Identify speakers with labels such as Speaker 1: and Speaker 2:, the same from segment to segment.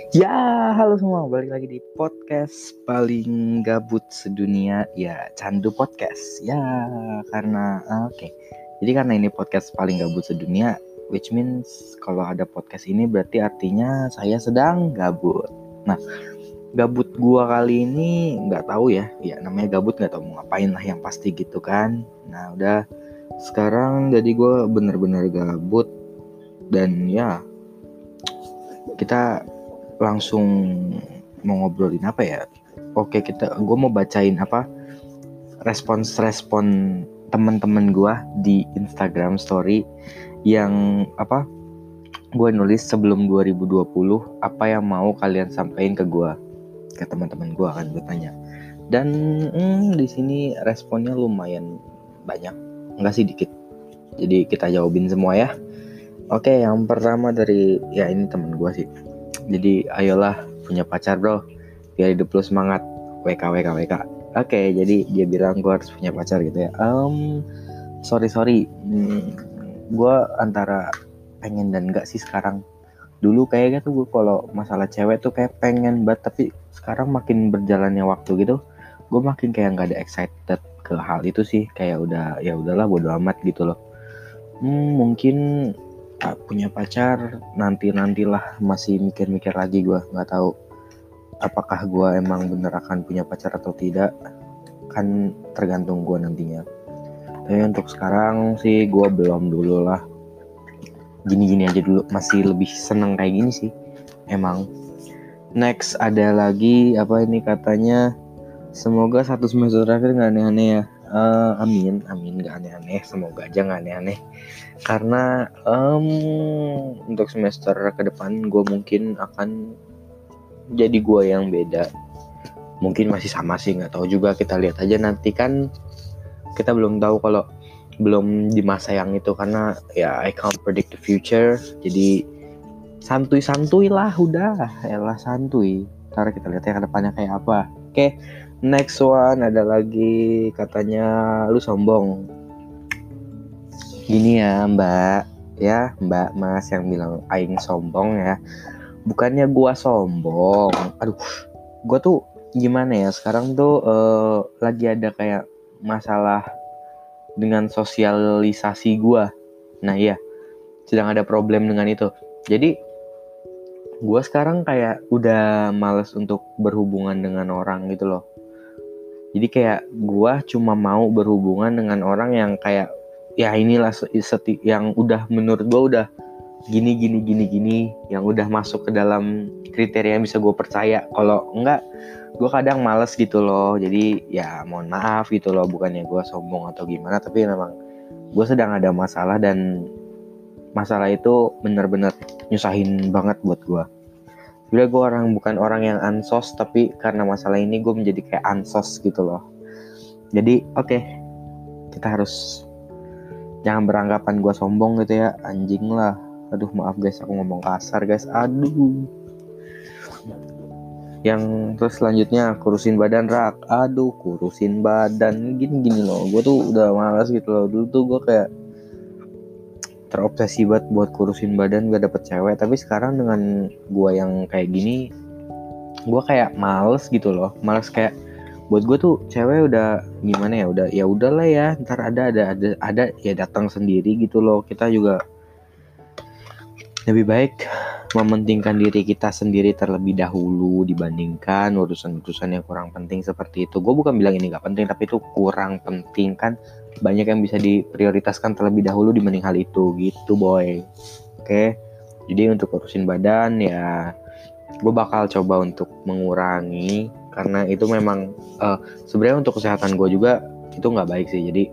Speaker 1: Ya, halo semua, balik lagi di podcast paling gabut sedunia, ya Candu Podcast. Ya, oke. Jadi karena ini podcast paling gabut sedunia, which means kalau ada podcast ini berarti artinya saya sedang gabut. Nah, gabut gua kali ini nggak tahu ya, namanya gabut nggak tahu mau ngapain lah yang pasti gitu kan. Nah, udah sekarang jadi gua bener-bener gabut dan ya kita langsung mau ngobrolin apa ya? Oke, gue mau bacain respon teman-teman gue di Instagram Story yang gue nulis sebelum 2020 apa yang mau kalian sampaikan ke teman-teman gue kan gue tanya. Dan di sini responnya lumayan banyak, enggak sih dikit. Jadi kita jawabin semua ya. Oke, yang pertama dari ini teman gue sih. Jadi ayolah punya pacar bro, biar hidup lu semangat. WK. Oke, jadi dia bilang gue harus punya pacar gitu ya. Sorry. Gue antara pengen dan enggak sih sekarang. Dulu kayaknya tuh gue kalau masalah cewek tuh kayak pengen banget, tapi sekarang makin berjalannya waktu gitu, gue makin kayak nggak ada excited ke hal itu sih. Kayak udahlah bodo amat gitu loh. Mungkin punya pacar nantilah, masih mikir-mikir lagi. Gue nggak tahu apakah gue emang bener akan punya pacar atau tidak, kan tergantung gue nantinya. Tapi untuk sekarang sih gue belum dulu lah, gini-gini aja dulu, masih lebih seneng kayak gini sih emang. Next ada lagi ini katanya, semoga satu semester terakhir nggak aneh-aneh ya. Amin nggak aneh-aneh, semoga aja nggak aneh-aneh. Karena untuk semester ke depan gue mungkin akan jadi gue yang beda. Mungkin masih sama sih, nggak tahu juga, kita lihat aja nanti kan. Kita belum tahu kalau belum di masa yang itu, karena ya I can't predict the future. Jadi santuy lah, elah santuy. Ntar kita lihat ya ke depannya kayak apa. Oke, next one ada lagi katanya, lu sombong. Gini ya mbak mas yang bilang aing sombong ya, bukannya gua sombong. Aduh, gua tuh gimana ya, sekarang tuh lagi ada kayak masalah dengan sosialisasi gua. Nah iya, sedang ada problem dengan itu. Jadi gua sekarang kayak udah males untuk berhubungan dengan orang gitu loh. Jadi kayak gua cuma mau berhubungan dengan orang yang kayak ya inilah yang udah menurut gua udah gini, yang udah masuk ke dalam kriteria yang bisa gue percaya. Kalau enggak, gue kadang males gitu loh. Jadi ya mohon maaf gitu loh, bukannya gue sombong atau gimana, tapi memang gue sedang ada masalah, dan masalah itu benar-benar nyusahin banget buat gue. Sebenernya gue bukan orang yang ansos, tapi karena masalah ini gue menjadi kayak ansos gitu loh. Jadi oke, kita harus jangan beranggapan gue sombong gitu ya, anjing lah. Aduh maaf guys, aku ngomong kasar guys. Aduh. Yang terus selanjutnya, kurusin badan rak. Aduh, kurusin badan gini loh. Gue tuh udah malas gitu loh. Dulu tuh gue kayak terobsesi banget buat kurusin badan biar dapet cewek. Tapi sekarang dengan gue yang kayak gini, gue kayak males gitu loh. Males kayak buat gue tuh cewek udah gimana ya, udahlah ya, ntar ada ya datang sendiri gitu loh. Kita juga lebih baik mementingkan diri kita sendiri terlebih dahulu dibandingkan urusan-urusan yang kurang penting seperti itu. Gue bukan bilang ini gak penting, tapi itu kurang penting kan. Banyak yang bisa diprioritaskan terlebih dahulu dibanding hal itu gitu boy. Oke, jadi untuk urusin badan ya gue bakal coba untuk mengurangi, karena itu memang sebenarnya untuk kesehatan gue juga itu gak baik sih. Jadi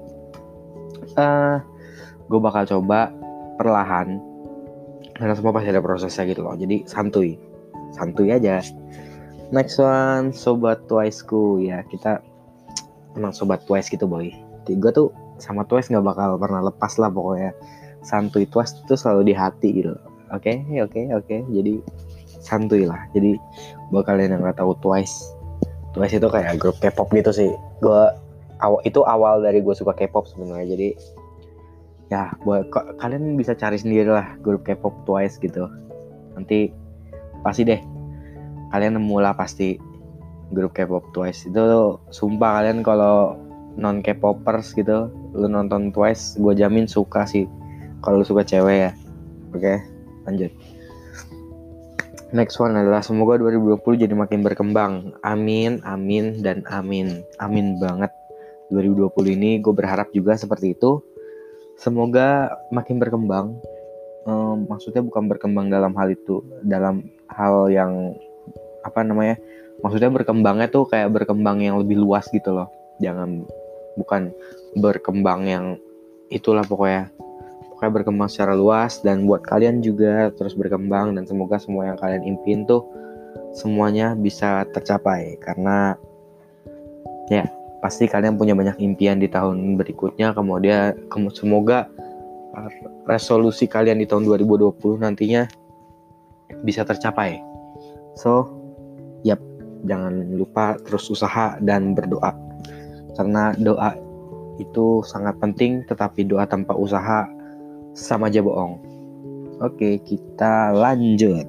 Speaker 1: gue bakal coba perlahan, karena semua pasti ada prosesnya gitu loh. Jadi santuy aja. Next one, sobat Twice-ku. Ya kita emang sobat Twice gitu boy. Gue tuh sama Twice gak bakal pernah lepas lah pokoknya. Santuy Twice itu selalu di hati gitu. Oke. Jadi santuy lah. Jadi buat kalian yang gak tahu Twice itu kayak grup K-pop gitu sih. Itu awal dari gue suka K-pop sebenarnya. Jadi ya buat kalian bisa cari sendiri lah grup K-pop Twice gitu. Nanti pasti deh kalian nemu lah pasti grup K-pop Twice. Itu sumpah kalian kalau non K-popers gitu, lu nonton Twice, gue jamin suka sih. Kalau lu suka cewek ya. Oke, lanjut. Next one adalah semoga 2020 jadi makin berkembang. Amin, amin, dan amin. Amin banget. 2020 ini gue berharap juga seperti itu. Semoga makin berkembang. Maksudnya bukan berkembang dalam hal itu, dalam hal yang maksudnya berkembangnya tuh kayak berkembang yang lebih luas gitu loh. Bukan berkembang yang itulah pokoknya berkembang secara luas, dan buat kalian juga terus berkembang, dan semoga semua yang kalian impiin tuh semuanya bisa tercapai, karena ya pasti kalian punya banyak impian di tahun berikutnya. Kemudian semoga resolusi kalian di tahun 2020 nantinya bisa tercapai. So, jangan lupa terus usaha dan berdoa, karena doa itu sangat penting, tetapi doa tanpa usaha sama aja bohong. Oke, kita lanjut.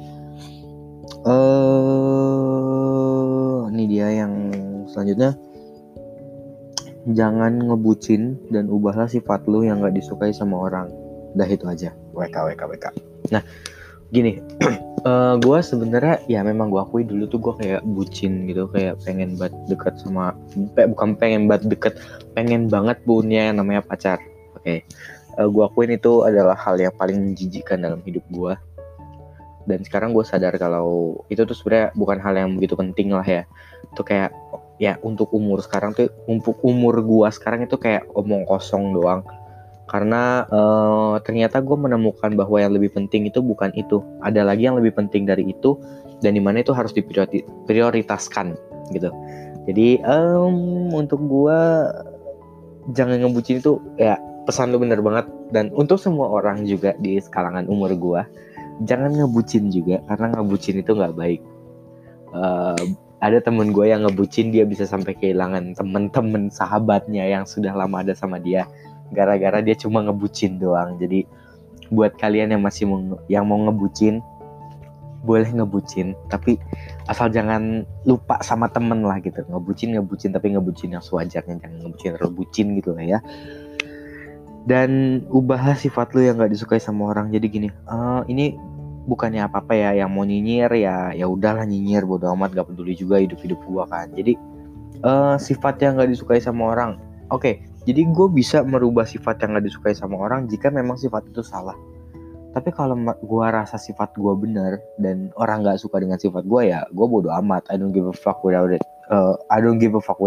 Speaker 1: Ini dia yang selanjutnya. Jangan ngebucin dan ubahlah sifat lu yang gak disukai sama orang. Udah itu aja. WK. Nah, gini. Gue sebenarnya ya memang gue akui dulu tuh gue kayak bucin gitu, kayak pengen banget deket sama, bukan pengen banget deket, pengen banget punya yang namanya pacar. Oke. Gue akuin itu adalah hal yang paling menjijikkan dalam hidup gue. Dan sekarang gue sadar kalau itu tuh sebenarnya bukan hal yang begitu penting lah ya. Itu kayak ya untuk umur sekarang tuh, untuk umur gue sekarang itu kayak omong kosong doang. Karena ternyata gue menemukan bahwa yang lebih penting itu bukan itu. Ada lagi yang lebih penting dari itu, dan dimana itu harus diprioritaskan gitu. Jadi untuk gue, jangan ngebucin itu ya, pesan lu bener banget. Dan untuk semua orang juga di kalangan umur gue, jangan ngebucin juga, karena ngebucin itu gak baik. Ada temen gue yang ngebucin, dia bisa sampai kehilangan temen-temen sahabatnya yang sudah lama ada sama dia, gara-gara dia cuma ngebucin doang. Jadi buat kalian yang masih mau ngebucin, boleh ngebucin, tapi asal jangan lupa sama temen lah gitu. Ngebucin tapi ngebucin yang sewajarnya, jangan ngebucin terlalu bucin gitu lah ya. Dan ubahlah sifat lu yang gak disukai sama orang. Jadi gini, ini bukannya apa-apa ya, yang mau nyinyir ya udahlah nyinyir, bodo amat, gak peduli juga hidup gua kan. Jadi sifat yang gak disukai sama orang, oke. Jadi gue bisa merubah sifat yang gak disukai sama orang jika memang sifat itu salah. Tapi kalau gue rasa sifat gue benar dan orang gak suka dengan sifat gue, ya gue bodo amat. I don't give a fuck without it. I don't give a fuck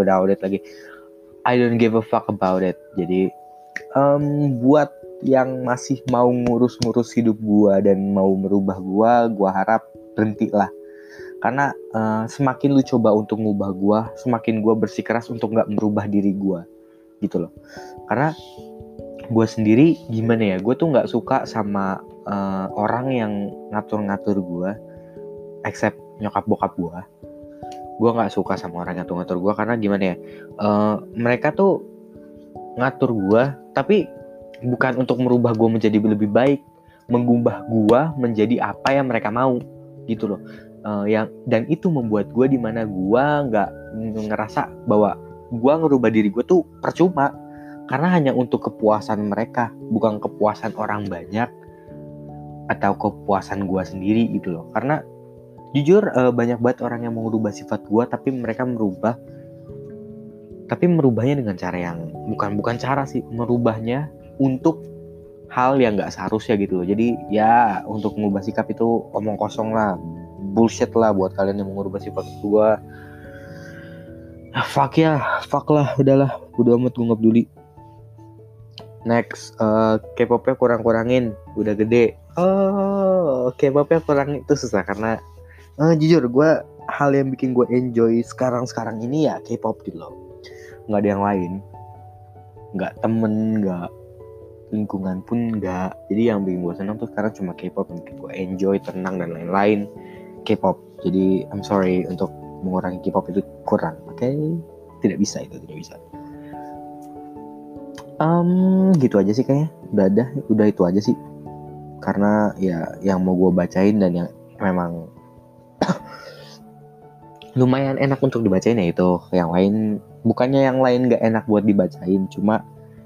Speaker 1: about it. Jadi buat yang masih mau ngurus hidup gue dan mau merubah gue harap berhentilah. Karena semakin lu coba untuk ngubah gue, semakin gue bersikeras untuk gak merubah diri gue gitu loh. Karena gue sendiri gimana ya, gue tuh nggak suka sama orang yang ngatur-ngatur gue, except nyokap bokap gue. Gue nggak suka sama orang yang ngatur-ngatur gue, karena gimana ya, mereka tuh ngatur gue tapi bukan untuk merubah gue menjadi lebih baik, mengubah gue menjadi apa yang mereka mau gitu loh. Dan itu membuat gue dimana gue nggak ngerasa bahwa gue ngerubah diri gue tuh percuma, karena hanya untuk kepuasan mereka, bukan kepuasan orang banyak atau kepuasan gue sendiri gitu loh. Karena jujur banyak banget orang yang mau merubah sifat gue, tapi mereka merubahnya dengan cara yang bukan cara sih, merubahnya untuk hal yang nggak seharusnya gitu loh. Jadi ya untuk mengubah sikap itu omong kosong lah, bullshit lah buat kalian yang mau merubah sifat gue. Fuck lah, udahlah, udah amat, gue gak peduli. Next, K-popnya kurangin, udah gede. K-popnya kurangin itu susah, karena jujur gue, hal yang bikin gue enjoy sekarang ini ya K-pop gitu loh. Gak ada yang lain, gak temen, gak lingkungan pun gak. Jadi yang bikin gue senang tuh sekarang cuma K-pop, yang bikin gue enjoy, tenang dan lain-lain, K-pop. Jadi I'm sorry untuk mengurangi K-pop itu kurang, oke? Tidak bisa. Gitu aja sih kayaknya. Udah itu aja sih. Karena ya yang mau gue bacain dan yang memang lumayan enak untuk dibacain ya itu. Yang lain bukannya yang lain gak enak buat dibacain, cuma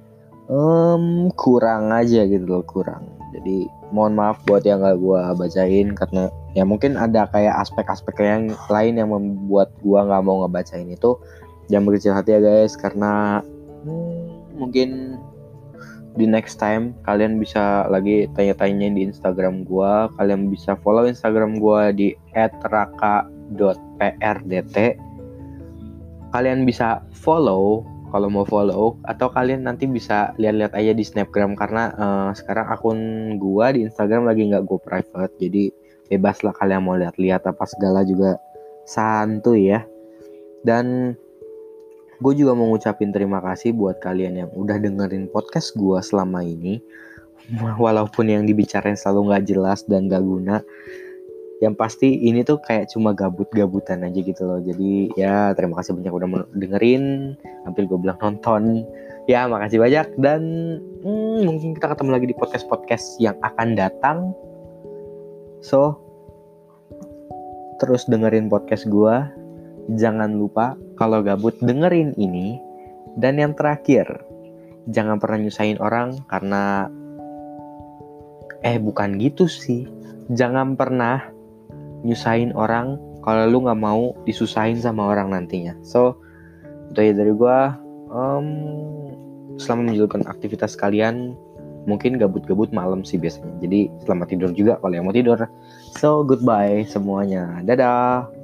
Speaker 1: kurang aja gitu loh, kurang. Jadi mohon maaf buat yang gak gue bacain, karena ya mungkin ada kayak aspek-aspek yang lain yang membuat gue gak mau ngebacain itu. Jangan berkecil hati ya guys, karena mungkin di next time kalian bisa lagi tanya-tanya di Instagram gue. Kalian bisa follow Instagram gue di @raka.prdt. Kalian bisa follow kalau mau follow, atau kalian nanti bisa lihat-lihat aja di Snapgram, karena sekarang akun gua di Instagram lagi nggak gue private, jadi bebas lah kalian mau lihat-lihat apa segala, juga santuy ya. Dan gue juga mau ngucapin terima kasih buat kalian yang udah dengerin podcast gua selama ini, walaupun yang dibicarain selalu nggak jelas dan nggak guna. Yang pasti ini tuh kayak cuma gabut-gabutan aja gitu loh. Jadi ya terima kasih banyak udah dengerin. Hampir gue bilang nonton. Ya makasih banyak. Dan mungkin kita ketemu lagi di podcast-podcast yang akan datang. So, terus dengerin podcast gue. Jangan lupa kalau gabut dengerin ini. Dan yang terakhir, jangan pernah nyusahin orang karena bukan gitu sih. Jangan pernah nyusahin orang kalau lu nggak mau disusahin sama orang nantinya. So itu aja dari gue. Selamat menjalankan aktivitas kalian. Mungkin gabut-gabut malam sih biasanya, jadi selamat tidur juga kalau yang mau tidur. So goodbye semuanya, dadah.